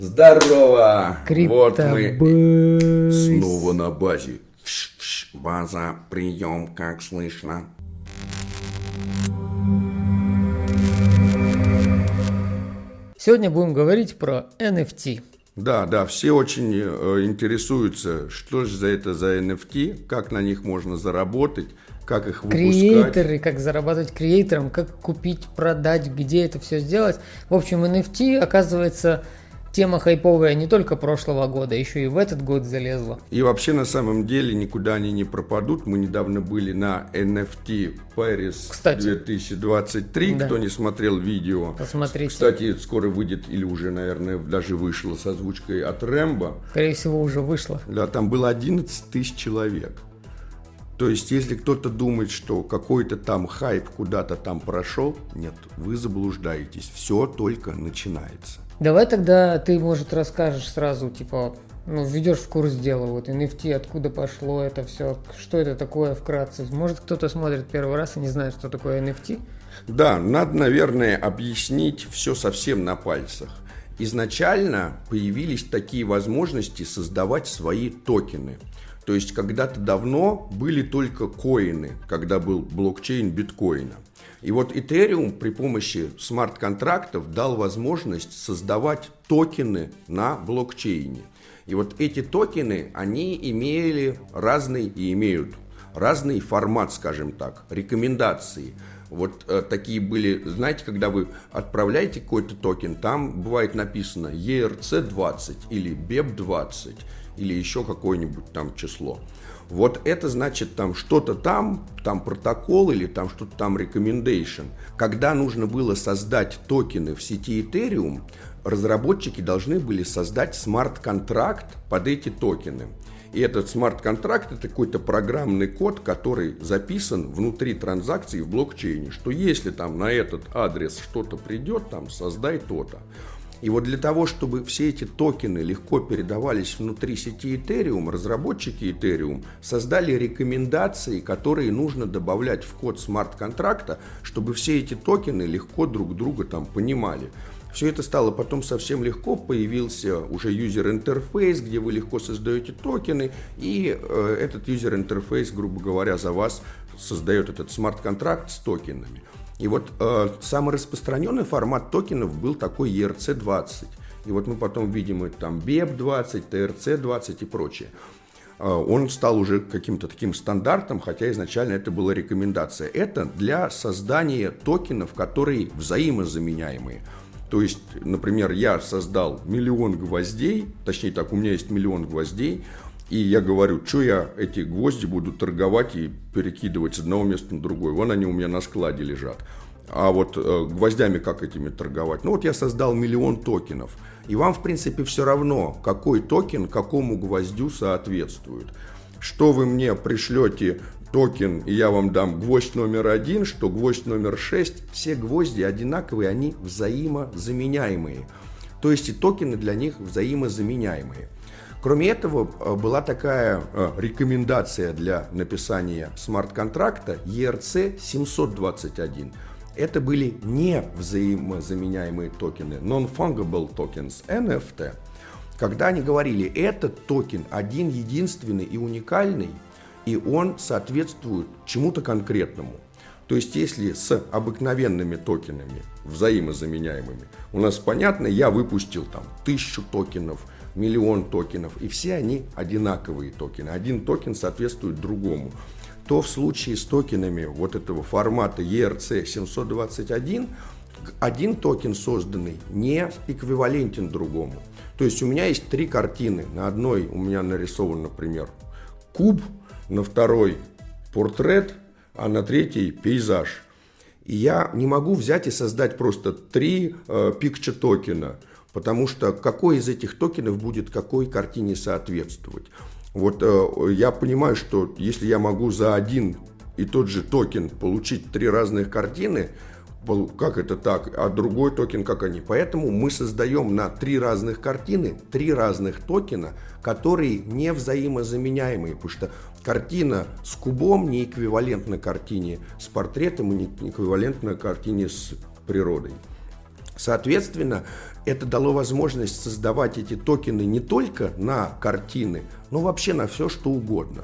Здорово! Вот мы Криптобойс. снова на базе. База, прием, как слышно? Сегодня будем говорить про NFT. Да, все очень интересуются, что же это за NFT, как на них можно заработать, как их выпускать. Креаторы, как зарабатывать креаторам, как купить, продать, где это все сделать. В общем, NFT, оказывается, тема хайповая не только прошлого года, еще и в этот год залезла. И вообще, на самом деле, никуда они не пропадут. Мы недавно были на NFT Paris, кстати, 2023. Да. Кто не смотрел видео, посмотрите. Кстати, скоро выйдет, или уже, наверное, даже вышло с озвучкой от Рэмбо. Скорее всего, уже вышло. Да, там было 11 тысяч человек. То есть, если кто-то думает, что какой-то там хайп куда-то там прошел, нет, вы заблуждаетесь. Все только начинается. Давай тогда ты, может, расскажешь сразу, типа, введешь в курс дела, вот NFT, откуда пошло это все, что это такое вкратце. Может, кто-то смотрит первый раз и не знает, что такое NFT? Да, надо, наверное, объяснить все совсем на пальцах. Изначально появились такие возможности создавать свои токены. То есть, когда-то давно были только коины, когда был блокчейн биткоина. И вот Ethereum при помощи смарт-контрактов дал возможность создавать токены на блокчейне. И вот эти токены, они имели разный и имеют разный формат, скажем так, рекомендации. Вот такие были, знаете, когда вы отправляете какой-то токен, там бывает написано ERC20 или BEP20 или еще какое-нибудь там число. Вот это значит там что-то там протокол или там что-то там recommendation. Когда нужно было создать токены в сети Ethereum, разработчики должны были создать смарт-контракт под эти токены. И этот смарт-контракт — это какой-то программный код, который записан внутри транзакции в блокчейне, что если там на этот адрес что-то придет, там создай то-то. И вот для того, чтобы все эти токены легко передавались внутри сети Ethereum, разработчики Ethereum создали рекомендации, которые нужно добавлять в код смарт-контракта, чтобы все эти токены легко друг друга там понимали. Все это стало потом совсем легко, появился уже юзер-интерфейс, где вы легко создаете токены, и этот юзер-интерфейс, грубо говоря, за вас создает этот смарт-контракт с токенами. И вот самый распространенный формат токенов был такой ERC20. И вот мы потом видим там BEP20, TRC20 и прочее. Он стал уже каким-то таким стандартом, хотя изначально это была рекомендация. Это для создания токенов, которые взаимозаменяемые. То есть, например, я создал 1 000 000 гвоздей, точнее так, у меня есть 1 000 000 гвоздей, и я говорю, что я эти гвозди буду торговать и перекидывать с одного места на другое. Вон они у меня на складе лежат. А вот гвоздями как этими торговать? Ну вот я создал 1 000 000 токенов. И вам, в принципе, все равно, какой токен какому гвоздю соответствует. Что вы мне пришлете токен, и я вам дам гвоздь номер 1, что гвоздь номер 6. Все гвозди одинаковые, они взаимозаменяемые. То есть и токены для них взаимозаменяемые. Кроме этого, была такая рекомендация для написания смарт-контракта ERC721. Это были не взаимозаменяемые токены, non-fungible tokens, NFT. Когда они говорили, этот токен один, единственный и уникальный, и он соответствует чему-то конкретному. То есть, если с обыкновенными токенами, взаимозаменяемыми, у нас понятно, я выпустил там 1000 токенов, 1 000 000 токенов, и все они одинаковые токены. Один токен соответствует другому. То в случае с токенами вот этого формата ERC721 один токен созданный не эквивалентен другому. То есть у меня есть 3 картины. На одной у меня нарисован, например, куб, на второй портрет, а на третьей пейзаж. И я не могу взять и создать просто 3 picture токена, потому что какой из этих токенов будет какой картине соответствовать. Вот я понимаю, что если я могу за один и тот же токен получить 3 разных картины, как это так, а другой токен как они. Поэтому мы создаем на 3 разных картины 3 разных токена, которые не взаимозаменяемые, потому что картина с кубом не эквивалентна картине с портретом и не эквивалентна картине с природой. Соответственно, это дало возможность создавать эти токены не только на картины, но вообще на все, что угодно.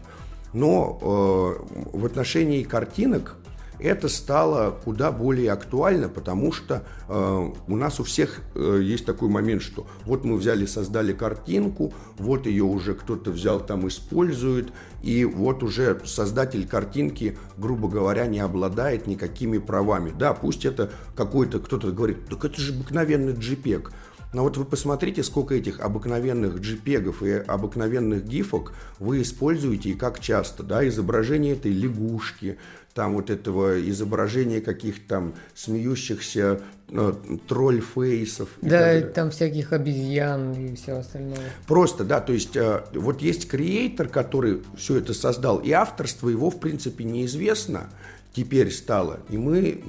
Но в отношении картинок это стало куда более актуально, потому что у нас у всех есть такой момент, что вот мы взяли, создали картинку, вот ее уже кто-то взял, там использует, и вот уже создатель картинки, грубо говоря, не обладает никакими правами. Да, пусть это какой-то, кто-то говорит, так это же обыкновенный JPEG. Но вот вы посмотрите, сколько этих обыкновенных JPEG-ов и обыкновенных гифок вы используете и как часто. Да? Изображение этой лягушки, там вот этого изображения каких-то там смеющихся тролль-фейсов. Да, там всяких обезьян и всего остального. Просто, да, то есть вот есть креатор, который все это создал, и авторство его, в принципе, неизвестно. Теперь стало, и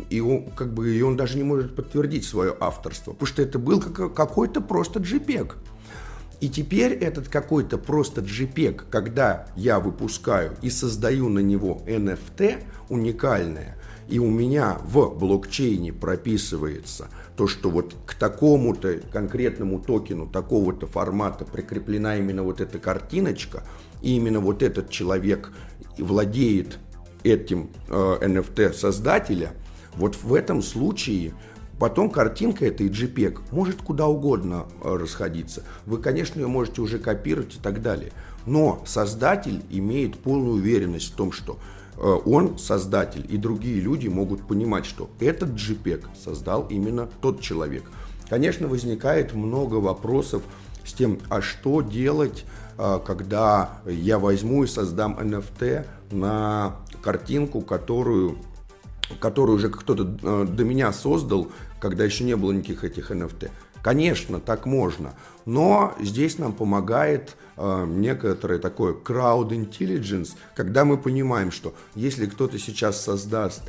он даже не может подтвердить свое авторство, потому что это был какой-то просто JPEG. И теперь этот какой-то просто JPEG, когда я выпускаю и создаю на него NFT уникальное, и у меня в блокчейне прописывается то, что вот к такому-то конкретному токену такого-то формата прикреплена именно вот эта картиночка, и именно вот этот человек владеет этим NFT создателя, вот в этом случае потом картинка этой JPEG может куда угодно расходиться. Вы, конечно, ее можете уже копировать и так далее. Но создатель имеет полную уверенность в том, что он, создатель, и другие люди могут понимать, что этот JPEG создал именно тот человек. Конечно, возникает много вопросов с тем, а что делать, когда я возьму и создам NFT на картинку, которую уже кто-то до меня создал, когда еще не было никаких этих NFT. Конечно, так можно, но здесь нам помогает некоторое такое crowd intelligence, когда мы понимаем, что если кто-то сейчас создаст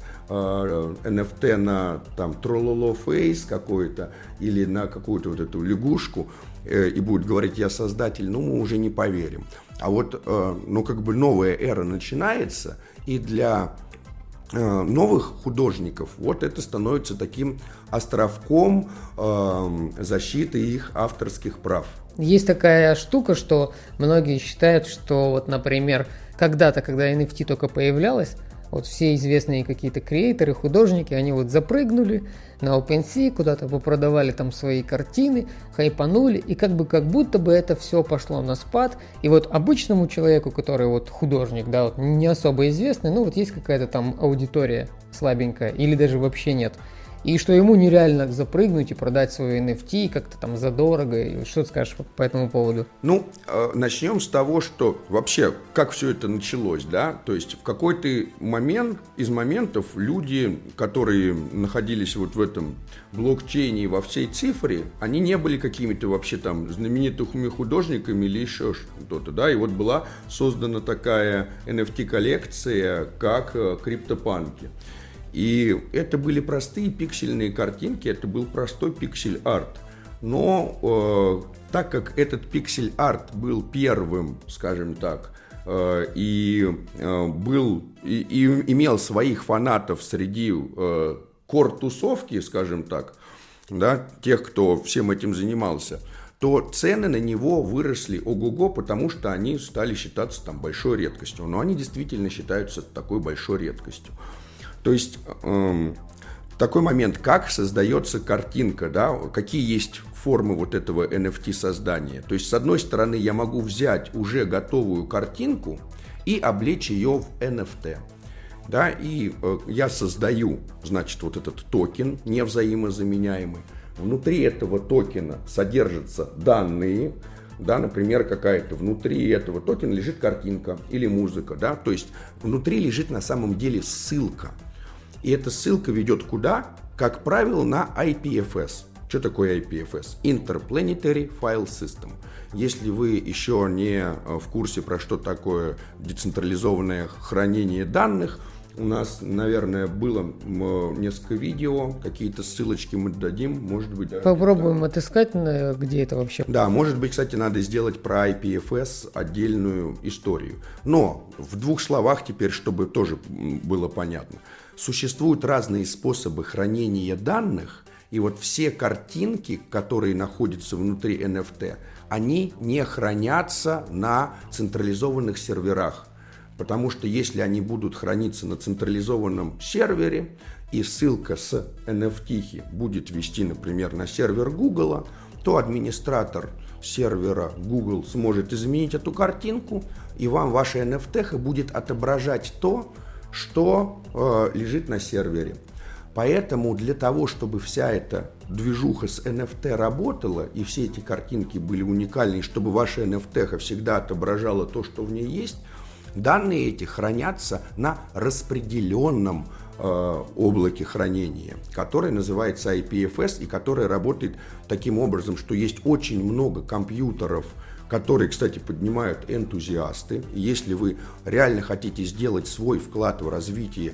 NFT на там трололо фейс какой-то или на какую-то вот эту лягушку и будет говорить «я создатель», мы уже не поверим. А вот новая эра начинается, и для новых художников вот это становится таким островком защиты их авторских прав. Есть такая штука, что многие считают, что вот, например, когда-то, когда NFT только появлялась, вот все известные какие-то креаторы, художники, они вот запрыгнули на OpenSea, куда-то попродавали там свои картины, хайпанули, и как будто бы это все пошло на спад. И вот обычному человеку, который вот художник, да, вот не особо известный, вот есть какая-то там аудитория слабенькая, или даже вообще нет. И что ему нереально запрыгнуть и продать свою NFT как-то там задорого. И что ты скажешь по этому поводу? Начнем с того, что вообще, как все это началось, да? То есть в какой-то момент, из моментов люди, которые находились вот в этом блокчейне во всей цифре, они не были какими-то вообще там знаменитыми художниками или еще что-то, да? И вот была создана такая NFT-коллекция, как CryptoPunky. И это были простые пиксельные картинки, это был простой пиксель-арт. Но так как этот пиксель-арт был первым, скажем так, и имел своих фанатов среди кор-тусовки, скажем так, да, тех, кто всем этим занимался, то цены на него выросли ого-го, потому что они стали считаться там большой редкостью. Но они действительно считаются такой большой редкостью. То есть такой момент, как создается картинка, да, какие есть формы вот этого NFT создания. То есть с одной стороны я могу взять уже готовую картинку и облечь ее в NFT. Да, и я создаю, значит, вот этот токен невзаимозаменяемый. Внутри этого токена содержатся данные. Да, например, какая-то внутри этого токена лежит картинка или музыка. Да, то есть внутри лежит на самом деле ссылка. И эта ссылка ведет куда? Как правило, на IPFS. Что такое IPFS? Interplanetary File System. Если вы еще не в курсе, про что такое децентрализованное хранение данных, у нас, наверное, было несколько видео, какие-то ссылочки мы дадим, может быть. Попробуем отыскать, где это вообще. Да, может быть, кстати, надо сделать про IPFS отдельную историю. Но в двух словах теперь, чтобы тоже было понятно. Существуют разные способы хранения данных, И вот все картинки, которые находятся внутри NFT, они не хранятся на централизованных серверах. Потому что если они будут храниться на централизованном сервере, и ссылка с NFT будет вести, например, на сервер Google, то администратор сервера Google сможет изменить эту картинку, и вам ваша NFT будет отображать то, что лежит на сервере. Поэтому для того, чтобы вся эта движуха с NFT работала, и все эти картинки были уникальны, и чтобы ваша NFT всегда отображала то, что в ней есть, данные эти хранятся на распределенном облаке хранения, которое называется IPFS и которое работает таким образом, что есть очень много компьютеров, которые, кстати, поднимают энтузиасты. Если вы реально хотите сделать свой вклад в развитие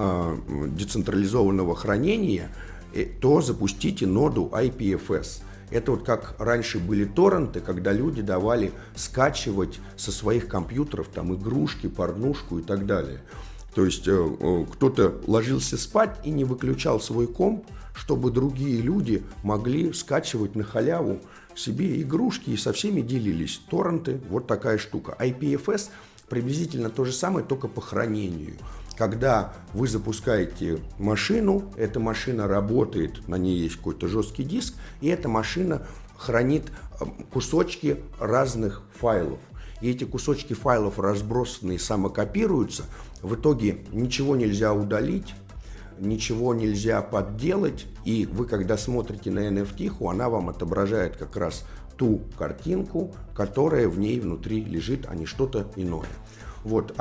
децентрализованного хранения, то запустите ноду IPFS. Это вот как раньше были торренты, когда люди давали скачивать со своих компьютеров там игрушки, порнушку и так далее. То есть кто-то ложился спать и не выключал свой комп, чтобы другие люди могли скачивать на халяву себе игрушки и со всеми делились. Торренты, вот такая штука. IPFS приблизительно то же самое, только по хранению. Когда вы запускаете машину, эта машина работает, на ней есть какой-то жесткий диск, и эта машина хранит кусочки разных файлов. И эти кусочки файлов разбросанные самокопируются. В итоге ничего нельзя удалить, ничего нельзя подделать. И вы, когда смотрите на NFT, она вам отображает как раз ту картинку, которая в ней внутри лежит, а не что-то иное. Вот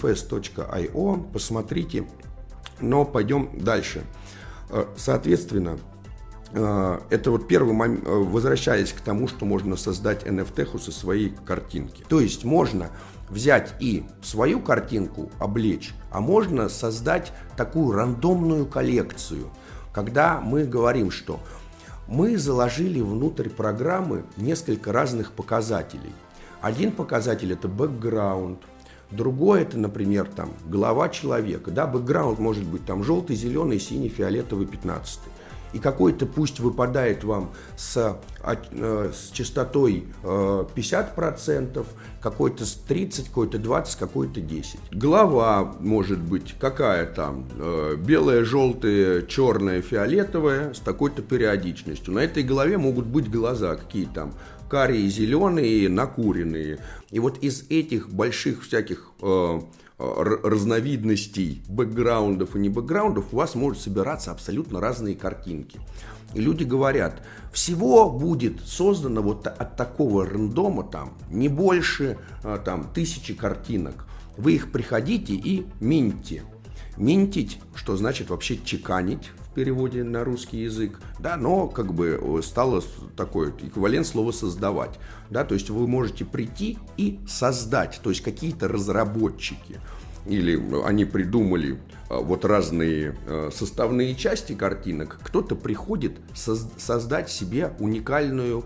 ipfs.io, посмотрите. Но пойдем дальше. Соответственно, это вот первый момент, возвращаясь к тому, что можно создать NFT со своей картинки. То есть можно взять и свою картинку облечь, а можно создать такую рандомную коллекцию, когда мы говорим, что мы заложили внутрь программы несколько разных показателей. Один показатель – это бэкграунд, другой – это, например, там, голова человека. Да, бэкграунд может быть там желтый, зеленый, синий, фиолетовый, 15-й. И какой-то пусть выпадает вам с частотой 50%, какой-то с 30%, какой-то 20%, какой-то 10%. Голова может быть какая там, белая, желтая, черная, фиолетовая, с такой-то периодичностью. На этой голове могут быть глаза, какие там, карие, зеленые, накуренные. И вот из этих больших всяких разновидностей бэкграундов и не бэкграундов у вас может собираться абсолютно разные картинки. И люди говорят, всего будет создано вот от такого рандома там не больше там 1000 картинок. Вы их приходите и миньте. Минтить, что значит вообще чеканить в переводе на русский язык, да, но как бы стало такой эквивалент слова создавать, да, то есть вы можете прийти и создать, то есть какие-то разработчики или они придумали вот разные составные части картинок, кто-то приходит создать себе уникальную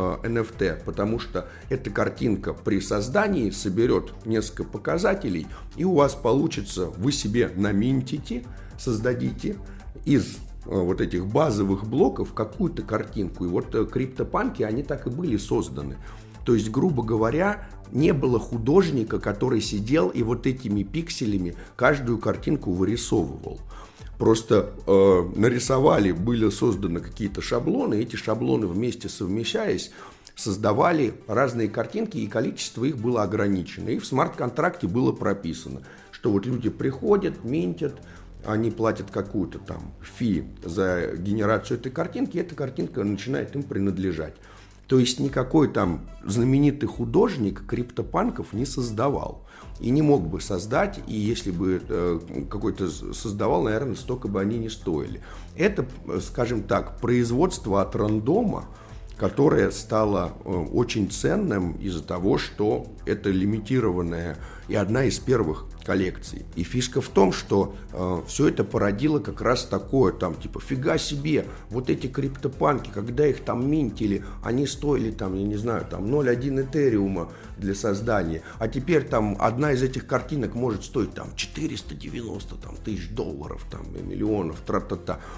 NFT, потому что эта картинка при создании соберет несколько показателей, и у вас получится, вы себе наминтите, создадите из вот этих базовых блоков какую-то картинку. И вот криптопанки, они так и были созданы. То есть, грубо говоря, не было художника, который сидел и вот этими пикселями каждую картинку вырисовывал. Просто нарисовали, были созданы какие-то шаблоны, эти шаблоны вместе совмещаясь создавали разные картинки, и количество их было ограничено. И в смарт-контракте было прописано, что вот люди приходят, минтят, они платят какую-то там фи за генерацию этой картинки, и эта картинка начинает им принадлежать. То есть никакой там знаменитый художник криптопанков не создавал. И не мог бы создать, и если бы какой-то создавал, наверное, столько бы они не стоили. Это, скажем так, производство от рандома, которое стало очень ценным из-за того, что это лимитированная и одна из первых коллекций. И фишка в том, что все это породило как раз такое, там, типа, фига себе, вот эти криптопанки, когда их там минтили, они стоили, там, я не знаю, там, 0,1 этериума для создания, а теперь там одна из этих картинок может стоить там 490 там, тысяч долларов, там, и миллионов, тра-та-та.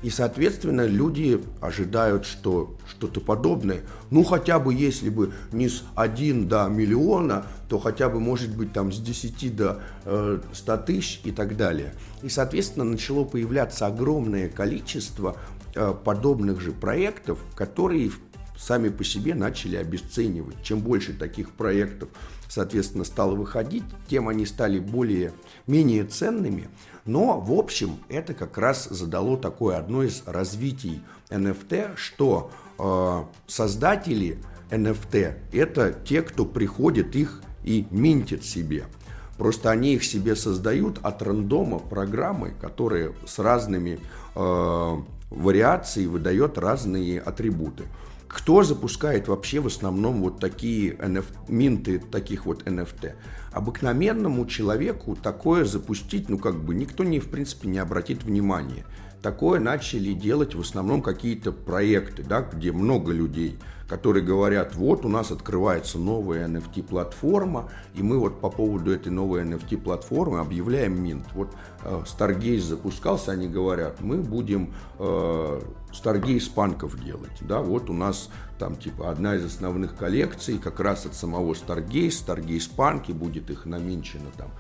И, соответственно, люди ожидают, что что-то подобное. Ну, хотя бы, если бы не с 1 до миллиона, то хотя бы, может быть, там с 10 до 100 тысяч и так далее. И, соответственно, начало появляться огромное количество подобных же проектов, которые сами по себе начали обесценивать. Чем больше таких проектов, соответственно, стало выходить, тем они стали менее ценными. Но, в общем, это как раз задало такое одно из развитий NFT, что создатели NFT – это те, кто приходит их и минтит себе. Просто они их себе создают от рандома программы, которые с разными вариациями выдает разные атрибуты. Кто запускает вообще в основном вот такие минты таких вот NFT? Обыкновенному человеку такое запустить, никто в принципе не обратит внимания. Такое начали делать в основном какие-то проекты, да, где много людей, которые говорят, вот у нас открывается новая NFT-платформа, и мы вот по поводу этой новой NFT-платформы объявляем минт. Вот Stargaze запускался, они говорят, мы будем Stargaze панков делать. Да, вот у нас там одна из основных коллекций как раз от самого Stargaze панки, будет их наминчено там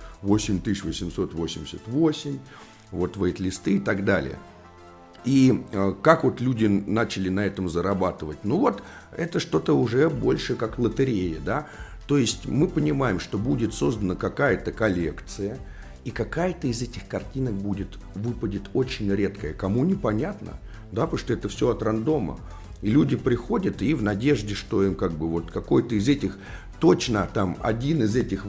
8888, вот вейт-листы и так далее. И как вот люди начали на этом зарабатывать? Это что-то уже больше как лотерея, да? То есть мы понимаем, что будет создана какая-то коллекция, и какая-то из этих картинок выпадет очень редкая. Кому непонятно, да, потому что это все от рандома. И люди приходят и в надежде, что им какой-то из этих, точно там один из этих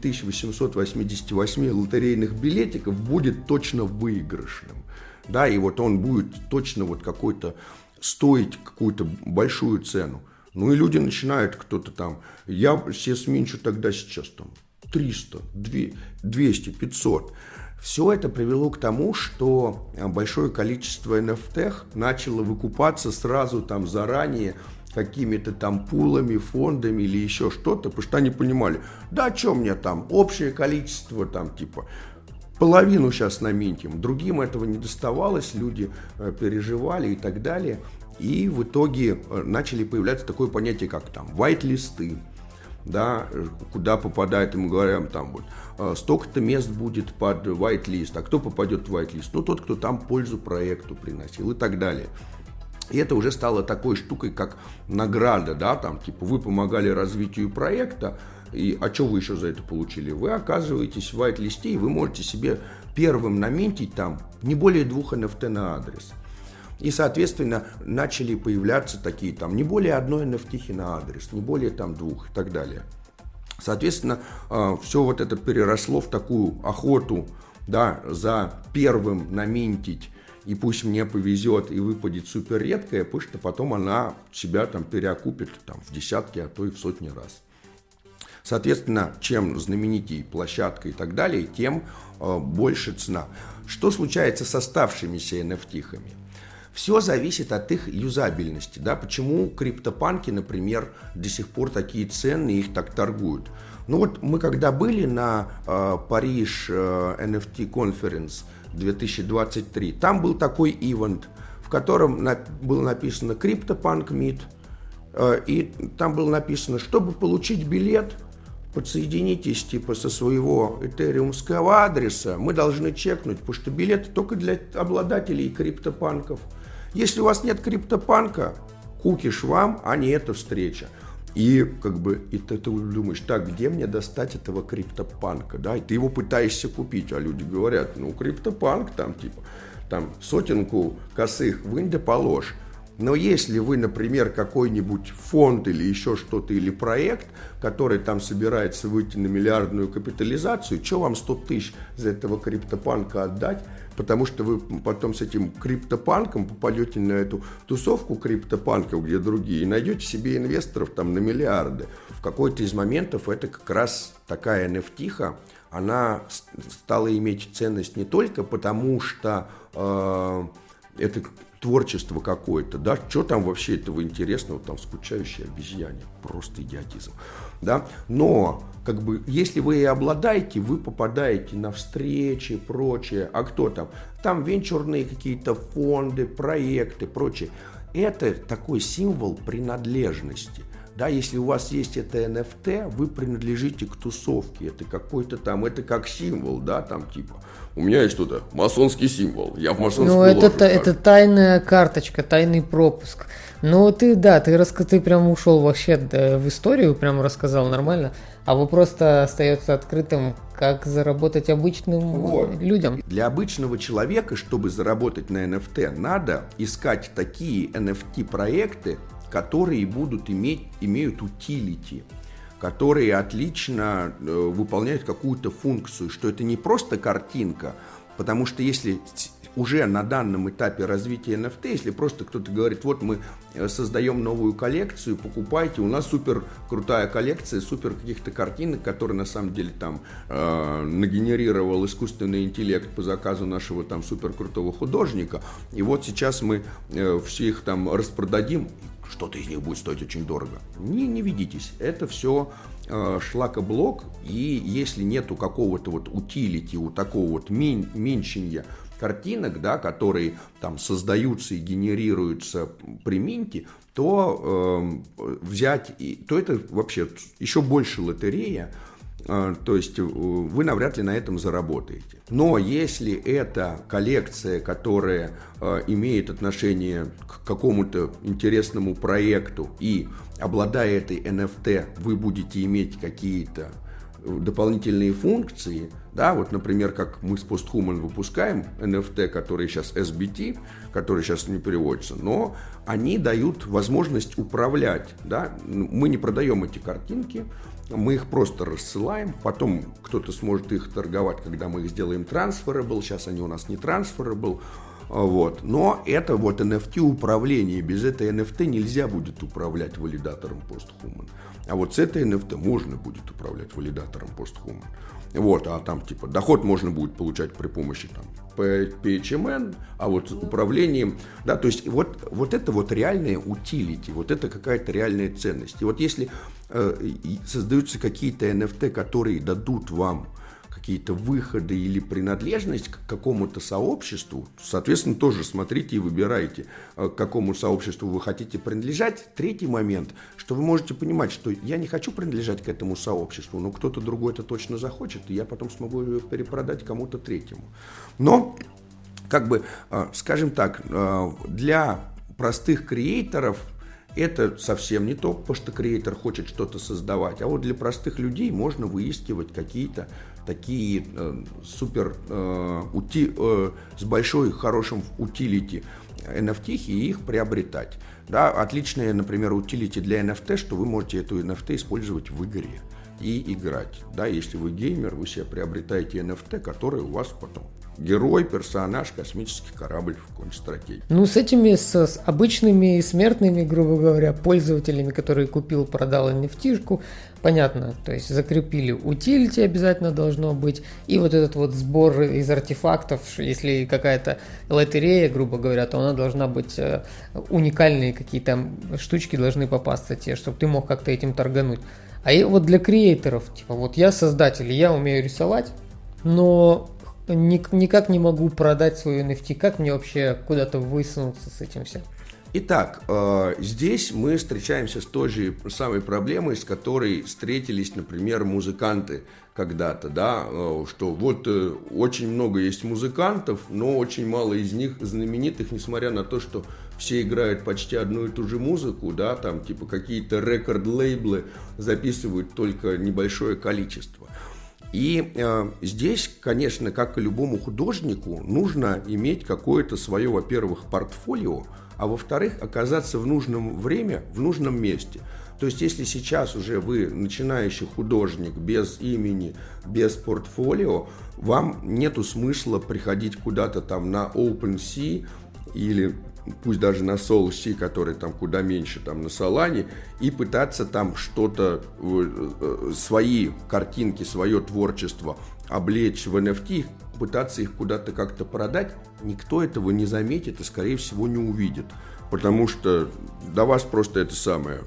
8888 лотерейных билетиков будет точно выигрышным. Да, и вот он будет точно какой-то стоить какую-то большую цену. Ну и люди начинают, кто-то там, я все сменчу тогда сейчас там 300, 200, 500. Все это привело к тому, что большое количество NFT начало выкупаться сразу там заранее какими-то там пулами, фондами или еще что-то, потому что они понимали, да что мне там, общее количество там половину сейчас наминтим. Другим этого не доставалось, люди переживали и так далее. И в итоге начали появляться такое понятие, как там вайт-листы, да, куда попадает, и мы говорим, там вот столько-то мест будет под вайт-лист. А кто попадет в вайт-лист? Тот, кто там пользу проекту приносил и так далее. И это уже стало такой штукой, как награда, да, там, вы помогали развитию проекта, а что вы еще за это получили? Вы оказываетесь в вайт-листе, и вы можете себе первым наминтить там не более 2 NFT на адрес. И, соответственно, начали появляться такие там не более 1 NFT на адрес, не более там 2 и так далее. Соответственно, все вот это переросло в такую охоту, да, за первым наминтить, и пусть мне повезет и выпадет супер редкая, потому что потом она себя там переокупит там, в десятки, а то и в сотни раз. Соответственно, чем знаменитее площадка и так далее, тем больше цена. Что случается с оставшимися NFT-хами? Все зависит от их юзабельности. Да? Почему криптопанки, например, до сих пор такие ценные, их так торгуют? Мы когда были на Париж NFT Conference 2023, там был такой ивент, в котором было написано CryptoPunk Meet, и там было написано, чтобы получить билет, подсоединитесь со своего этериумского адреса, мы должны чекнуть, потому что билеты только для обладателей криптопанков. Если у вас нет криптопанка, кукиш вам, а не эта встреча. И ты думаешь, так, где мне достать этого криптопанка, да, и ты его пытаешься купить, а люди говорят, криптопанк там сотенку косых вынь да положь. Но если вы, например, какой-нибудь фонд или еще что-то, или проект, который там собирается выйти на миллиардную капитализацию, что вам 100 тысяч за этого криптопанка отдать? Потому что вы потом с этим криптопанком попадете на эту тусовку криптопанков, где другие, и найдете себе инвесторов там на миллиарды. В какой-то из моментов это как раз такая NFT-ха, она стала иметь ценность не только потому, что это творчество какое-то, да, что там вообще этого интересного, там, скучающей обезьяне, просто идиотизм, да, но, как бы, если вы и обладаете, вы попадаете на встречи, прочее, а кто там? Там венчурные какие-то фонды, проекты, прочее. Это такой символ принадлежности. Да, если у вас есть это NFT, вы принадлежите к тусовке, это какой-то там, это как символ, да, там типа, у меня есть что-то, масонский символ, я в масонскую ложу. Ну, это тайная карточка, тайный пропуск. Ну, ты прям ушел вообще в историю, прям рассказал нормально, а вопрос остается открытым, как заработать обычным людям. Для обычного человека, чтобы заработать на NFT, надо искать такие NFT-проекты, которые имеют утилити, которые отлично выполняют какую-то функцию, что это не просто картинка, потому что если уже на данном этапе развития NFT, если просто кто-то говорит, вот мы создаем новую коллекцию, покупайте, у нас супер крутая коллекция, супер каких-то картинок, которые на самом деле там нагенерировал искусственный интеллект по заказу нашего там супер крутого художника, и вот сейчас мы все их там распродадим, что-то из них будет стоить очень дорого. Не ведитесь, это все шлакоблок, и если нету какого-то вот утилити, у такого вот меньшинья картинок, да, которые там создаются и генерируются при минте, то то это вообще еще больше лотерея, то есть вы навряд ли на этом заработаете. Но если это коллекция, которая имеет отношение к какому-то интересному проекту, и обладая этой NFT, вы будете иметь какие-то дополнительные функции, да, вот, например, как мы с Posthuman выпускаем NFT, который сейчас SBT, который сейчас не переводится, но они дают возможность управлять, да, мы не продаем эти картинки, мы их просто рассылаем, потом кто-то сможет их торговать, когда мы их сделаем transferable, сейчас они у нас не transferable, вот. Но это вот NFT управление, без этой NFT нельзя будет управлять валидатором Posthuman, а вот с этой NFT можно будет управлять валидатором Posthuman. Вот, а там типа доход можно будет получать при помощи там PHMN, а вот управлением, да, то есть вот это вот реальная утилити, вот это какая-то реальная ценность. И вот если создаются какие-то NFT, которые дадут вам какие-то выходы или принадлежность к какому-то сообществу, соответственно, тоже смотрите и выбирайте, к какому сообществу вы хотите принадлежать. Третий момент, что вы можете понимать, что я не хочу принадлежать к этому сообществу, но кто-то другой это точно захочет, и я потом смогу ее перепродать кому-то третьему. Но, как бы, скажем так, для простых креаторов это совсем не то, потому что креатор хочет что-то создавать, а вот для простых людей можно выискивать какие-то такие супер с большой хорошим утилити NFT и их приобретать. Да, отличное, например, утилити для NFT, что вы можете эту NFT использовать в игре и играть. Да, если вы геймер, вы себе приобретаете NFT, который у вас потом герой, персонаж, космический корабль в какой-нибудь стратегии. Ну, с обычными смертными, грубо говоря, пользователями, которые купил, продал NFT-шку, понятно, то есть закрепили утилити обязательно должно быть, и вот этот вот сбор из артефактов, если какая-то лотерея, грубо говоря, то она должна быть уникальные какие-то штучки должны попасться те, чтобы ты мог как-то этим торгануть. А и вот для креаторов, типа, вот я создатель, я умею рисовать, но никак не могу продать свою NFT, как мне вообще куда-то высунуться с этим всем? Итак, здесь мы встречаемся с той же самой проблемой, с которой встретились, например, музыканты когда-то, да, что вот очень много есть музыкантов, но очень мало из них знаменитых, несмотря на то, что все играют почти одну и ту же музыку, да, там типа какие-то рекорд-лейблы записывают только небольшое количество. И здесь, конечно, как и любому художнику, нужно иметь какое-то свое, во-первых, портфолио, а во-вторых, оказаться в нужном время, в нужном месте. То есть, если сейчас уже вы начинающий художник без имени, без портфолио, вам нету смысла приходить куда-то там на OpenSea или пусть даже на Soul-C, который там куда меньше, там на Solana, и пытаться там что-то, свои картинки, свое творчество облечь в NFT, пытаться их куда-то как-то продать, никто этого не заметит и, скорее всего, не увидит. Потому что до вас просто это самое,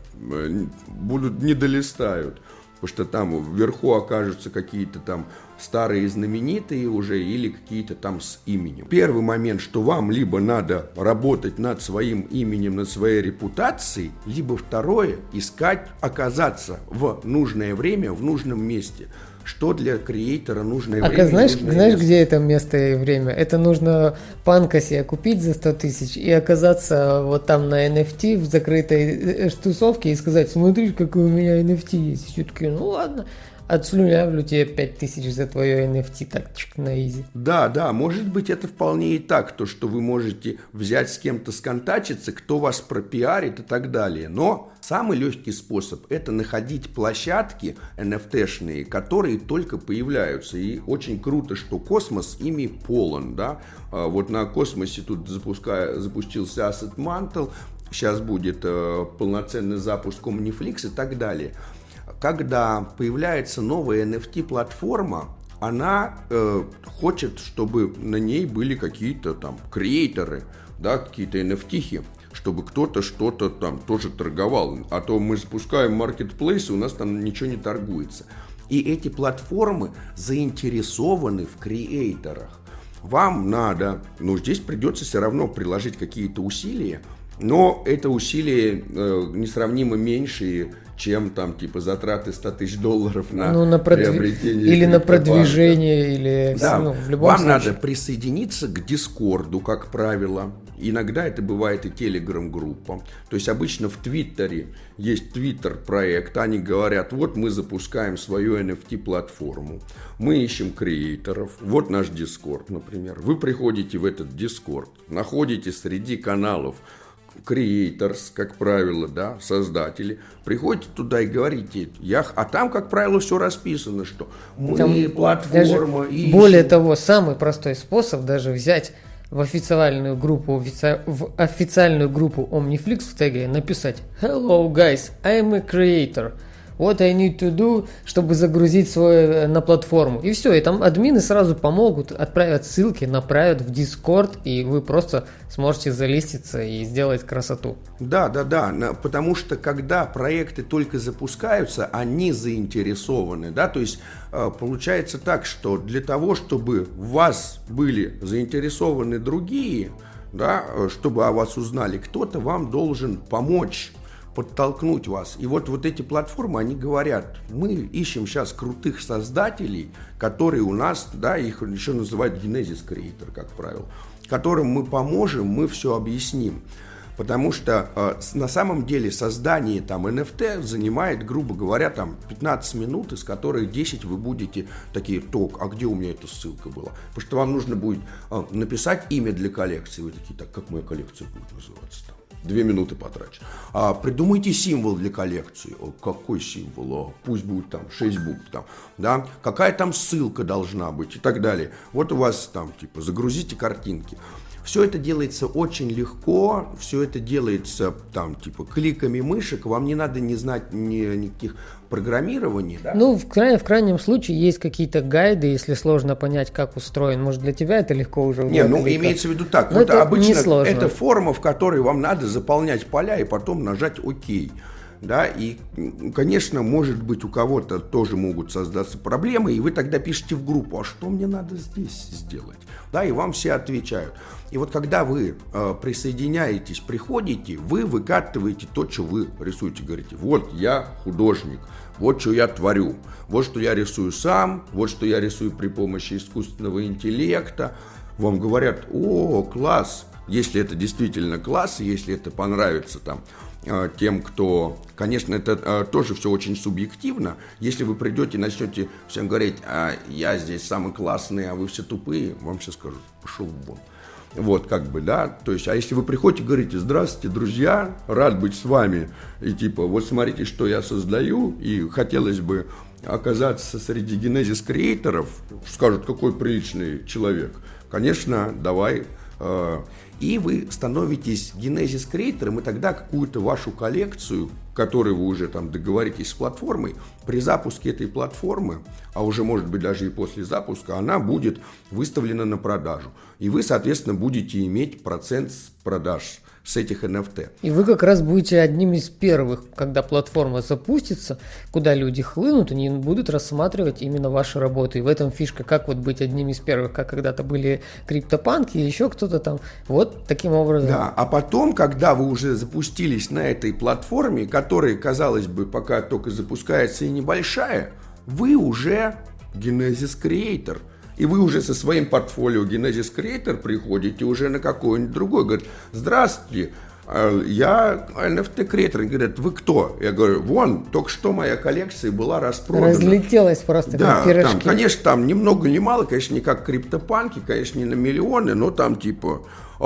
не долистают. Потому что там вверху окажутся какие-то там старые знаменитые уже или какие-то там с именем. Первый момент, что вам либо надо работать над своим именем, над своей репутацией, либо второе, искать, оказаться в нужное время, в нужном месте. Что для креатора нужное время? Знаешь, где это место и время? Это нужно панка себе купить за 100 тысяч и оказаться вот там на NFT в закрытой тусовке и сказать: смотри, какой у меня NFT есть. И все такие: ну ладно, отслюнявлю тебе 5000 за твое NFT, так, на изи. Да, может быть, это вполне и так, то, что вы можете взять с кем-то сконтачиться, кто вас пропиарит и так далее. Но самый легкий способ – это находить площадки NFT-шные, которые только появляются. И очень круто, что космос ими полон, да. Вот на космосе тут запустился Asset Mantle, сейчас будет полноценный запуск Omniflix и так далее. Когда появляется новая NFT-платформа, она хочет, чтобы на ней были какие-то там креаторы, да, какие-то NFT-хи, чтобы кто-то что-то там тоже торговал. А то мы запускаем маркетплейс, и у нас там ничего не торгуется. И эти платформы заинтересованы в креаторах. Вам надо, здесь придется все равно приложить какие-то усилия, но это усилия несравнимо меньшие, чем там типа затраты $100 000 на приобретение. Или на продвижение, или в любом вам случае. надо присоединиться к Дискорду, как правило. Иногда это бывает и Телеграм-группа. То есть обычно в Твиттере есть Твиттер-проект. Они говорят: вот мы запускаем свою NFT-платформу. Мы ищем креаторов. Вот наш Дискорд, например. Вы приходите в этот Дискорд, находите среди каналов creators, как правило, да, создатели, приходите туда и говорите: а там, как правило, все расписано, что мы платформа. Более того, самый простой способ даже взять в официальную группу Omniflix в теге написать: Hello guys, I'm a creator. What I need to do, чтобы загрузить свой на платформу. И все, и там админы сразу помогут, отправят ссылки, направят в Discord, и вы просто сможете залиститься и сделать красоту. Да, потому что когда проекты только запускаются, они заинтересованы, да, то есть получается так, что для того, чтобы в вас были заинтересованы другие, да, чтобы о вас узнали, кто-то вам должен помочь, подтолкнуть вас. И вот эти платформы, они говорят: мы ищем сейчас крутых создателей, которые у нас, да, их еще называют Genesis Creator, как правило, которым мы поможем, мы все объясним. Потому что на самом деле создание там NFT занимает, грубо говоря, там 15 минут, из которых 10 вы будете такие: а где у меня эта ссылка была? Потому что вам нужно будет написать имя для коллекции. Вы такие: так, как моя коллекция будет называться там? 2 минуты потрачу. Придумайте символ для коллекции. Какой символ? Пусть будет там 6 букв. Там, да? Какая там ссылка должна быть и так далее. Вот у вас там типа загрузите картинки. Все это делается очень легко, все это делается там типа кликами мышек, вам не надо не знать никаких программирований. Да? В крайнем случае есть какие-то гайды, если сложно понять, как устроен. Может, для тебя это легко уже? Имеется в виду так. Вот это обычно несложно. Это форма, в которой вам надо заполнять поля и потом нажать ОК. Да, и, конечно, может быть, у кого-то тоже могут создаться проблемы, и вы тогда пишете в группу: а что мне надо здесь сделать? Да, и вам все отвечают. И вот когда вы присоединяетесь, приходите, вы выкатываете то, что вы рисуете. Говорите: вот я художник, вот что я творю, вот что я рисую сам, вот что я рисую при помощи искусственного интеллекта. Вам говорят: о, класс! Если это действительно класс, если это понравится там тем, кто... Конечно, это тоже все очень субъективно. Если вы придете и начнете всем говорить: я здесь самый классный, а вы все тупые, вам все скажут: пошел вон. Вот, как бы, да. То есть, а если вы приходите и говорите: здравствуйте, друзья, рад быть с вами, и типа, вот смотрите, что я создаю, и хотелось бы оказаться среди Genesis креаторов, скажут: какой приличный человек. Конечно, давай. и вы становитесь Genesis креатором, и тогда какую-то вашу коллекцию, которую вы уже там договоритесь с платформой, при запуске этой платформы, а уже может быть даже и после запуска, она будет выставлена на продажу. И вы, соответственно, будете иметь процент с продаж с этих NFT. И вы как раз будете одним из первых, когда платформа запустится, куда люди хлынут, они будут рассматривать именно ваши работы. И в этом фишка, как вот быть одним из первых, как когда-то были криптопанки или еще кто-то там. Вот таким образом. Да, а потом, когда вы уже запустились на этой платформе, которая, казалось бы, пока только запускается и небольшая, вы уже Genesis Creator. И вы уже со своим портфолио Genesis Creator приходите уже на какой-нибудь другой. Говорит: здравствуйте, я NFT Creator. Они говорят: вы кто? Я говорю: вон, только что моя коллекция была распродана. Разлетелась просто, да, как пирожки. Там, конечно, там ни много ни мало, конечно, не как криптопанки, конечно, не на миллионы, но там типа: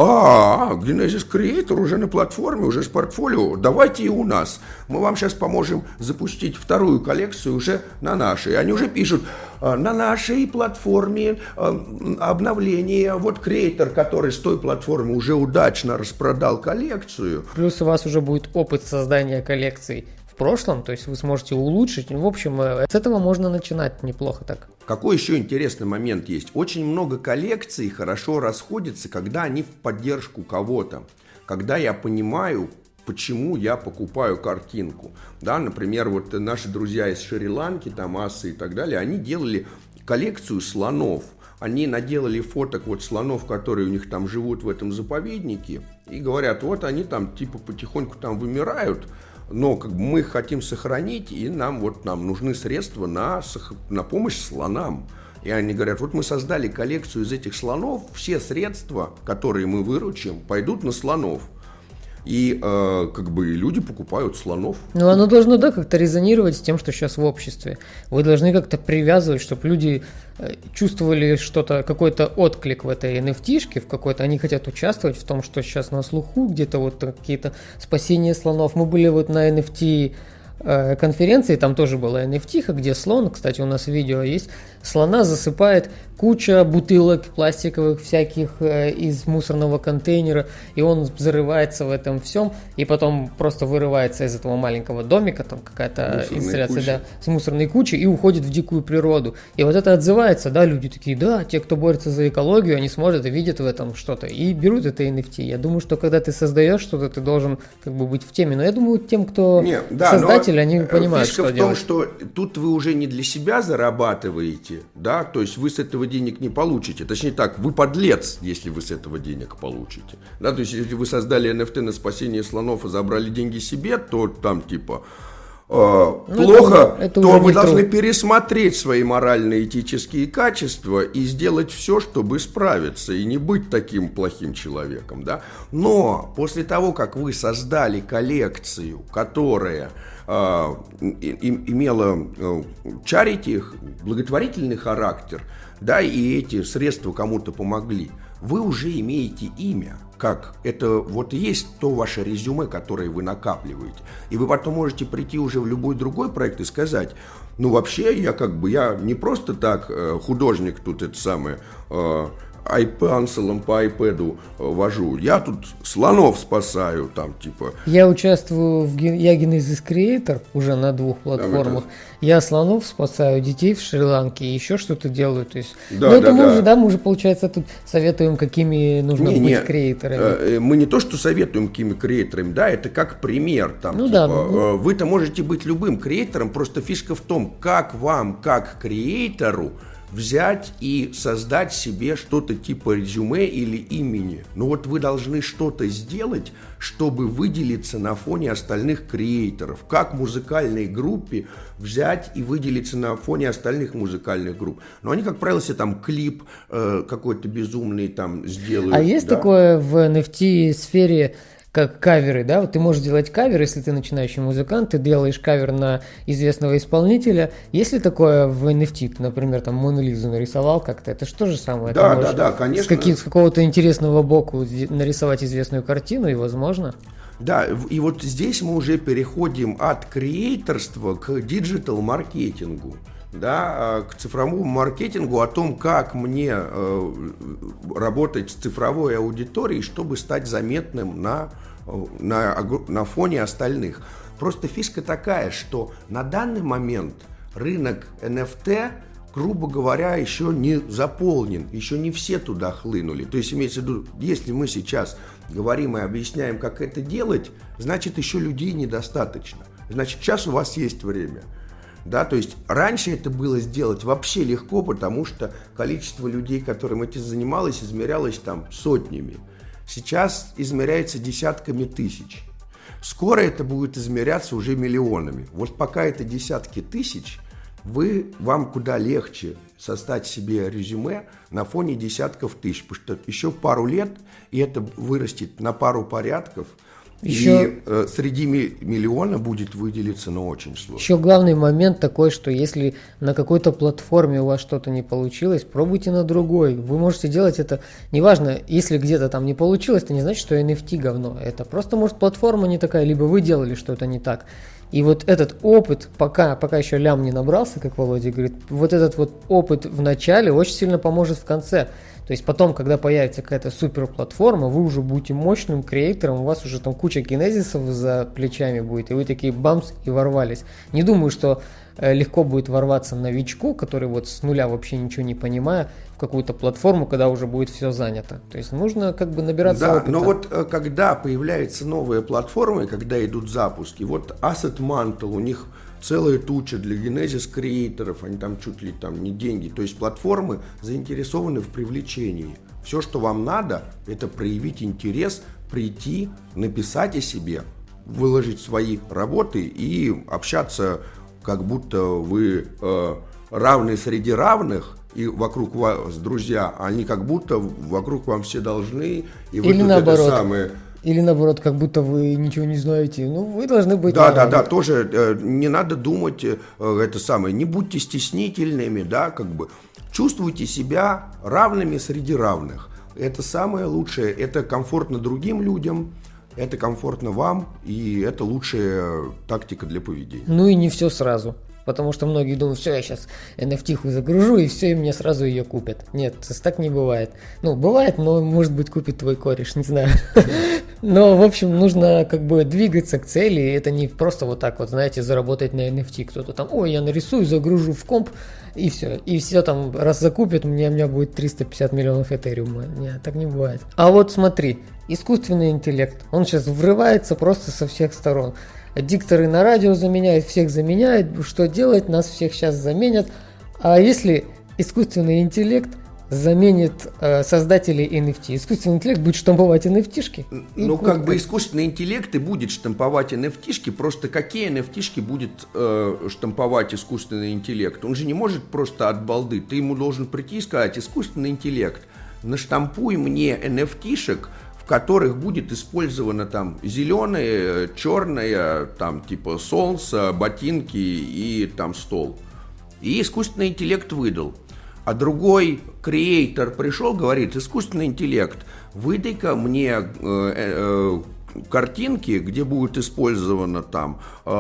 Genesis Creator уже на платформе, уже с портфолио, давайте и у нас. Мы вам сейчас поможем запустить вторую коллекцию уже на нашей. Они уже пишут: на нашей платформе обновление. Вот креатор, который с той платформы уже удачно распродал коллекцию. Плюс у вас уже будет опыт создания коллекций в прошлом, то есть вы сможете улучшить. В общем, с этого можно начинать неплохо так. Какой еще интересный момент есть? Очень много коллекций хорошо расходятся, когда они в поддержку кого-то. Когда я понимаю, почему я покупаю картинку. Да, например, вот наши друзья из Шри-Ланки, там асы и так далее, они делали коллекцию слонов. Они наделали фоток вот слонов, которые у них там живут в этом заповеднике, и говорят: вот они там типа потихоньку там вымирают, но как бы мы их хотим сохранить, и нам нужны средства на помощь слонам. И они говорят: вот мы создали коллекцию из этих слонов, все средства, которые мы выручим, пойдут на слонов. И как бы люди покупают слонов. Ну, оно должно, да, как-то резонировать с тем, что сейчас в обществе. Вы должны как-то привязывать, чтобы люди чувствовали что-то, какой-то отклик в этой NFT-шке, в какой-то, они хотят участвовать в том, что сейчас на слуху, где-то вот какие-то спасения слонов. Мы были вот на NFT конференции, там тоже была NFT, где слон, кстати, у нас видео есть, слона засыпает куча бутылок пластиковых всяких из мусорного контейнера, и он взрывается в этом всем, и потом просто вырывается из этого маленького домика, там какая-то инсталляция, да, с мусорной кучей, и уходит в дикую природу. И вот это отзывается, да, люди такие: да, те, кто борется за экологию, они смотрят и видят в этом что-то, и берут это NFT. Я думаю, что когда ты создаешь что-то, ты должен как бы быть в теме, но я думаю, тем, кто создатель, они понимают, что делать. Фишка в том, что тут вы уже не для себя зарабатываете, да, то есть вы с этого денег не получите. Точнее так, вы подлец, если вы с этого денег получите. Да, то есть если вы создали NFT на спасение слонов и забрали деньги себе, то там типа плохо, это то вы должны пересмотреть свои морально-этические качества и сделать все, чтобы справиться и не быть таким плохим человеком, да. Но после того, как вы создали коллекцию, которая имела charity, благотворительный характер, да, и эти средства кому-то помогли, вы уже имеете имя. Как? Это вот есть то ваше резюме, которое вы накапливаете. И вы потом можете прийти уже в любой другой проект и сказать: ну вообще я не просто так художник тут это самое, пенсилом по iPad вожу. Я тут слонов спасаю, там типа. Я участвую я Genesis Creator уже на 2 платформах. Я слонов спасаю, детей в Шри-Ланке, и еще что-то делаю. То есть, мы уже, получается, тут советуем, какими нужно быть креаторами. Мы не то, что советуем, какими креаторами, да, это как пример. Там, вы-то можете быть любым креатором, просто фишка в том, как вам, как креатору, взять и создать себе что-то типа резюме или имени. Но вот вы должны что-то сделать, чтобы выделиться на фоне остальных креаторов. Как музыкальной группе взять и выделиться на фоне остальных музыкальных групп. Но они, как правило, себе там клип какой-то безумный там сделают. А есть такое в NFT-сфере, как каверы, да, вот ты можешь делать кавер, если ты начинающий музыкант, ты делаешь кавер на известного исполнителя. Есть ли такое в NFT, ты, например, там Мону Лизу нарисовал как-то, это же то же самое? Да, конечно. С какого-то интересного боку нарисовать известную картину, и возможно. Да, и вот здесь мы уже переходим от креаторства к диджитал-маркетингу. да, к цифровому маркетингу, о том, как мне работать с цифровой аудиторией, чтобы стать заметным на фоне остальных. Просто фишка такая, что на данный момент рынок NFT, грубо говоря, еще не заполнен, еще не все туда хлынули. То есть, имеется в виду, если мы сейчас говорим и объясняем, как это делать, значит, еще людей недостаточно. Значит, сейчас у вас есть время. Да, то есть раньше это было сделать вообще легко, потому что количество людей, которым этим занималось, измерялось там сотнями. Сейчас измеряется десятками тысяч. Скоро это будет измеряться уже миллионами. Вот пока это десятки тысяч, вам куда легче создать себе резюме на фоне десятков тысяч, потому что еще пару лет, и это вырастет на пару порядков. Еще... И среди миллиона будет выделиться, но очень сложно. Еще главный момент такой, что если на какой-то платформе у вас что-то не получилось, пробуйте на другой. Вы можете делать это, неважно, если где-то там не получилось, это не значит, что NFT говно. Это просто, может, платформа не такая, либо вы делали что-то не так. И вот этот опыт, пока еще лям не набрался, как Володя говорит, вот этот вот опыт в начале очень сильно поможет в конце. То есть потом, когда появится какая-то суперплатформа, вы уже будете мощным креатором, у вас уже там куча генезисов за плечами будет, и вы такие бамс и ворвались. Не думаю, что легко будет ворваться новичку, который вот с нуля вообще ничего не понимая, в какую-то платформу, когда уже будет все занято. То есть нужно как бы набираться опыта. Да, но вот когда появляются новые платформы, когда идут запуски, вот Asset Mantle, у них целая туча для Genesis креаторов, они там чуть ли там не деньги. То есть платформы заинтересованы в привлечении. Все, что вам надо, это проявить интерес, прийти, написать о себе, выложить свои работы и общаться, как будто вы равны среди равных, и вокруг вас друзья, они как будто вокруг вам все должны, и вы или тут наоборот. это самое... Или наоборот, как будто вы ничего не знаете. Ну, вы должны быть... Да, тоже не надо думать это самое, не будьте стеснительными, да, как бы. Чувствуйте себя равными среди равных. Это самое лучшее, это комфортно другим людям, это комфортно вам, и это лучшая тактика для поведения. Ну и не все сразу. Потому что многие думают, все, я сейчас NFT-ху загружу, и все, и мне сразу ее купят. Нет, так не бывает. Ну, бывает, но, может быть, купит твой кореш, не знаю. Но, в общем, нужно как бы двигаться к цели, и это не просто вот так вот, знаете, заработать на NFT. Кто-то там, ой, я нарисую, загружу в комп, и все там, раз закупят, у меня будет 350 миллионов этериума. Нет, так не бывает. А вот смотри, искусственный интеллект, он сейчас врывается просто со всех сторон. Дикторы на радио заменяют, всех заменяют. Что делать? Нас всех сейчас заменят. А если искусственный интеллект заменит создателей NFT? Искусственный интеллект будет штамповать NFT-шки? Ну, как бы искусственный интеллект и будет штамповать NFT-шки, просто какие NFT-шки будет штамповать искусственный интеллект? Он же не может просто от балды. Ты ему должен прийти и сказать: искусственный интеллект, наштампуй мне NFT-шек, в которых будет использовано там зеленое, черное, там типа солнце, ботинки и там стол. И искусственный интеллект выдал. А другой креатор пришел, говорит: искусственный интеллект, выдай-ка мне картинки, где будет использована там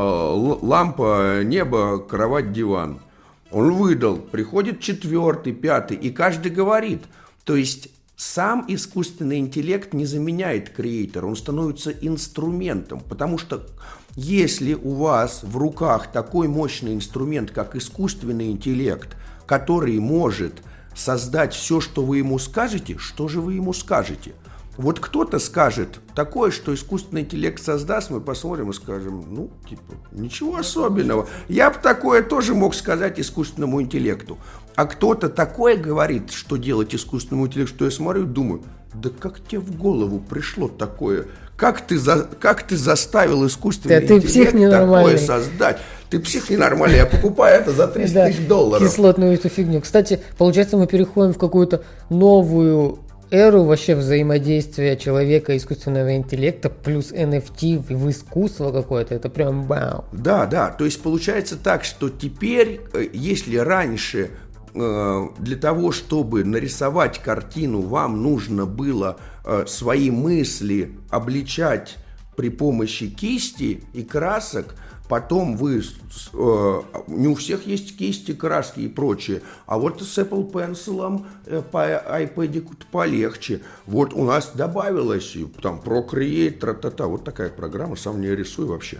лампа, небо, кровать, диван. Он выдал, приходит четвертый, пятый, и каждый говорит. То есть сам искусственный интеллект не заменяет креатора, он становится инструментом, потому что если у вас в руках такой мощный инструмент, как искусственный интеллект, который может создать все, что вы ему скажете, что же вы ему скажете? Вот кто-то скажет такое, что искусственный интеллект создаст, мы посмотрим и скажем: ну, типа, ничего особенного. Я бы такое тоже мог сказать искусственному интеллекту. А кто-то такое говорит, что делать искусственному интеллекту, что я смотрю и думаю: да как тебе в голову пришло такое? Как ты заставил искусственный интеллект такое создать? Ты псих ненормальный, я покупаю это за 300 тысяч долларов. Кислотную эту фигню. Кстати, получается, мы переходим в какую-то новую эру вообще взаимодействия человека и искусственного интеллекта плюс NFT в искусство какое-то. Это прям вау. Да, то есть получается так, что теперь, если раньше для того, чтобы нарисовать картину, вам нужно было свои мысли обличать при помощи кисти и красок, потом вы, не у всех есть кисти, краски и прочее, а вот с Apple Pencil по iPad полегче. Вот у нас добавилось там Procreate, тра-та-та, вот такая программа, сам не рисую вообще.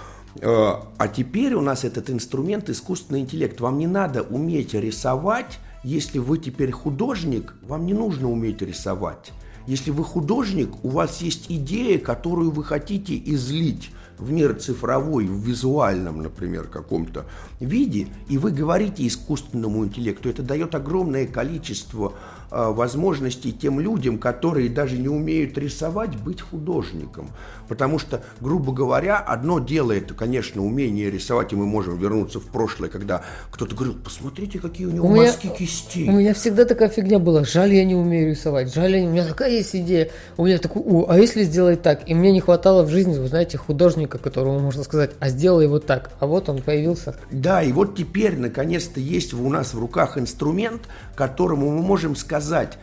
А теперь у нас этот инструмент искусственный интеллект. Вам не надо уметь рисовать, если вы теперь художник, вам не нужно уметь рисовать. Если вы художник, у вас есть идея, которую вы хотите излить в мир цифровой, в визуальном, например, каком-то виде, и вы говорите искусственному интеллекту, это дает огромное количество возможностей тем людям, которые даже не умеют рисовать, быть художником. Потому что, грубо говоря, одно дело это, конечно, умение рисовать, и мы можем вернуться в прошлое, когда кто-то говорил, посмотрите, какие у него мазки кистей. У меня всегда такая фигня была, жаль, я не умею рисовать, жаль, у меня такая есть идея, у меня такой, а если сделать так? И мне не хватало в жизни, вы знаете, художника, которому можно сказать, а сделай вот так, а вот он появился. Да, и вот теперь, наконец-то, есть у нас в руках инструмент, которому мы можем сказать,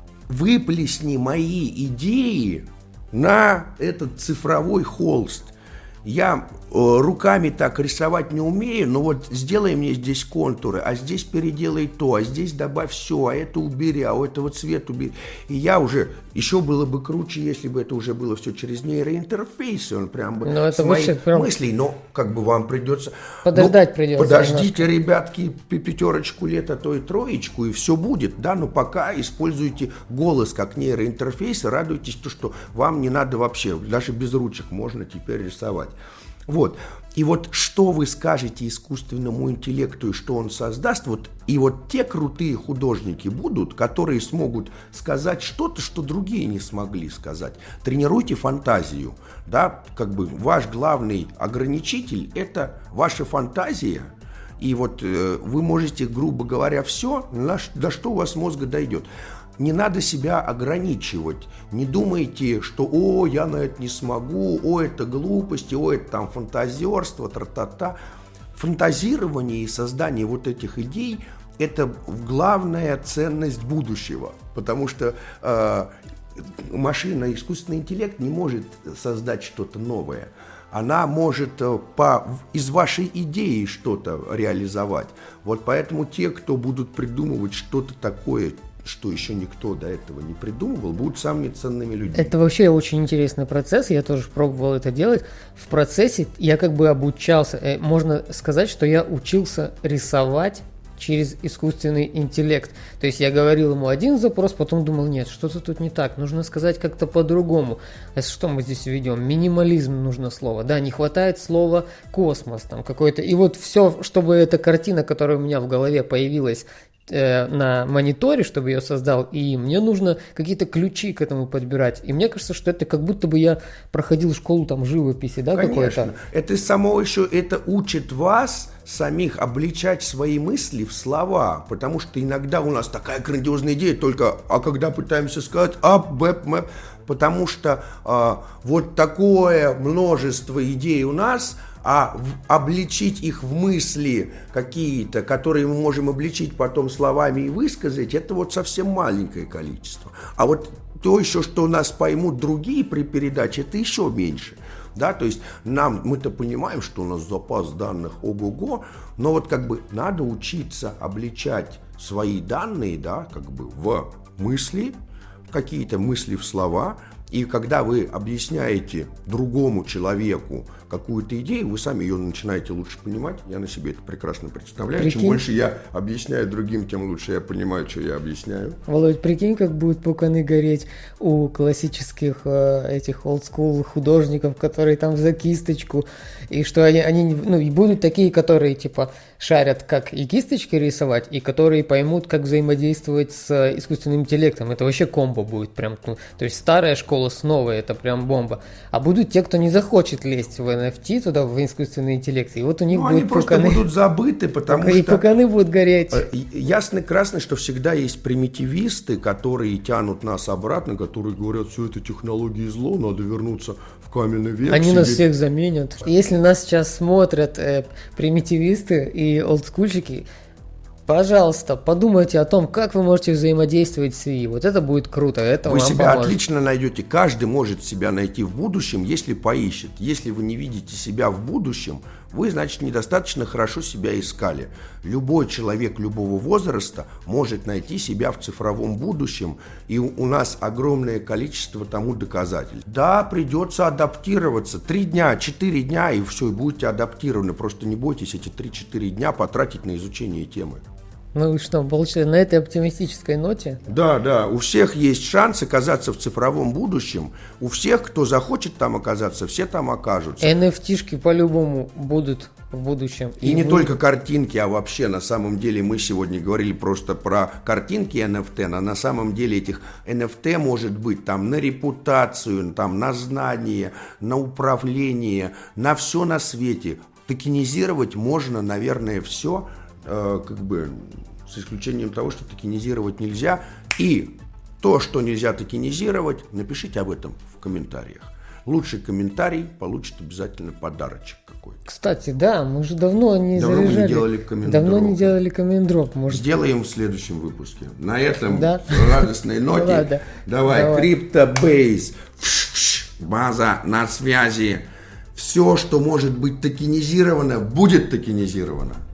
выплесни мои идеи на этот цифровой холст. Я руками так рисовать не умею, но вот сделай мне здесь контуры, а здесь переделай то, а здесь добавь все, а это убери, а у этого цвет убери. И я уже, еще было бы круче, если бы это уже было все через нейроинтерфейс, он прям бы с моих мыслей, но как бы вам придется... Подождать придется. Подождите, ребятки, 5 лет, а то и 3, и все будет, да, но пока используйте голос как нейроинтерфейс, и радуйтесь, что вам не надо вообще, даже без ручек можно теперь рисовать. Вот. И вот что вы скажете искусственному интеллекту и что он создаст, вот, и вот те крутые художники будут, которые смогут сказать что-то, что другие не смогли сказать. Тренируйте фантазию, да, как бы ваш главный ограничитель – это ваша фантазия, и вот вы можете, грубо говоря, все, до что у вас мозга дойдет. Не надо себя ограничивать. Не думайте, что я на это не смогу, это глупости, это там фантазерство, тра-та-та. Фантазирование и создание вот этих идей – это главная ценность будущего. Потому что машина, искусственный интеллект не может создать что-то новое. Она может из вашей идеи что-то реализовать. Вот поэтому те, кто будут придумывать что-то такое, что еще никто до этого не придумывал, будут самыми ценными людьми. Это вообще очень интересный процесс, я тоже пробовал это делать. В процессе я как бы обучался, можно сказать, что я учился рисовать через искусственный интеллект. То есть я говорил ему один запрос, потом думал, нет, что-то тут не так, нужно сказать как-то по-другому. А что мы здесь ведем? Минимализм нужно слово. Да, не хватает слова космос там какой-то. И вот все, чтобы эта картина, которая у меня в голове появилась, на мониторе, чтобы ее создал, и мне нужно какие-то ключи к этому подбирать. И мне кажется, что это как будто бы я проходил школу там живописи, да, какой-то. Это само еще, это учит вас самих обличать свои мысли в слова, потому что иногда у нас такая грандиозная идея, только, когда пытаемся сказать мэп, потому что вот такое множество идей у нас, а обличить их в мысли какие-то, которые мы можем обличить потом словами и высказать, это вот совсем маленькое количество. А вот то еще, что нас поймут другие при передаче, это еще меньше. Да, то есть мы-то понимаем, что у нас запас данных ого-го, но вот как бы надо учиться обличать свои данные, да, как бы в мысли, какие-то мысли в слова. И когда вы объясняете другому человеку какую-то идею, вы сами ее начинаете лучше понимать. Я на себе это прекрасно представляю. Прикинь. Чем больше я объясняю другим, тем лучше я понимаю, что я объясняю. Володь, прикинь, как будут пуканы гореть у классических этих олдскул художников, которые там за кисточку, и что они и будут такие, которые типа шарят, как и кисточки рисовать, и которые поймут, как взаимодействовать с искусственным интеллектом. Это вообще комбо будет прям. То есть старая школа с новой, это прям бомба. А будут те, кто не захочет лезть в NFT, туда, в искусственный интеллект, и вот у них будут они просто будут забыты, потому что... И пуканы будут гореть. Ясно-красно, что всегда есть примитивисты, которые тянут нас обратно, которые говорят, все это технологии зло, надо вернуться в каменный век. Они нас всех заменят. Если нас сейчас смотрят примитивисты и олдскульщики, пожалуйста, подумайте о том, как вы можете взаимодействовать с ИИ. Вот это будет круто. Это вы вам себя поможет. Отлично найдете. Каждый может себя найти в будущем, если поищет. Если вы не видите себя в будущем, вы, значит, недостаточно хорошо себя искали. Любой человек любого возраста может найти себя в цифровом будущем, и у нас огромное количество тому доказательств. Да, придется адаптироваться. 3 дня, 4 дня, и все, и будете адаптированы. Просто не бойтесь эти 3-4 дня потратить на изучение темы. Ну и что, получается, на этой оптимистической ноте? Да, у всех есть шанс оказаться в цифровом будущем. У всех, кто захочет там оказаться, все там окажутся. NFT-шки по-любому будут в будущем. И не только картинки, а вообще, на самом деле, мы сегодня говорили просто про картинки NFT, но на самом деле этих NFT может быть там на репутацию, там на знание, на управление, на все на свете. Токенизировать можно, наверное, все, с исключением того, что токенизировать нельзя. И то, что нельзя токенизировать, напишите об этом в комментариях. Лучший комментарий получит обязательно подарочек какой-то. Кстати, да, мы же давно не заряжали. Мы не делали коммент-дроп. Давно не делали коммент-дроп. Может... Сделаем в следующем выпуске. На этом радостной ноте. Давай, CryptoBase. База на связи. Все, что может быть токенизировано, будет токенизировано.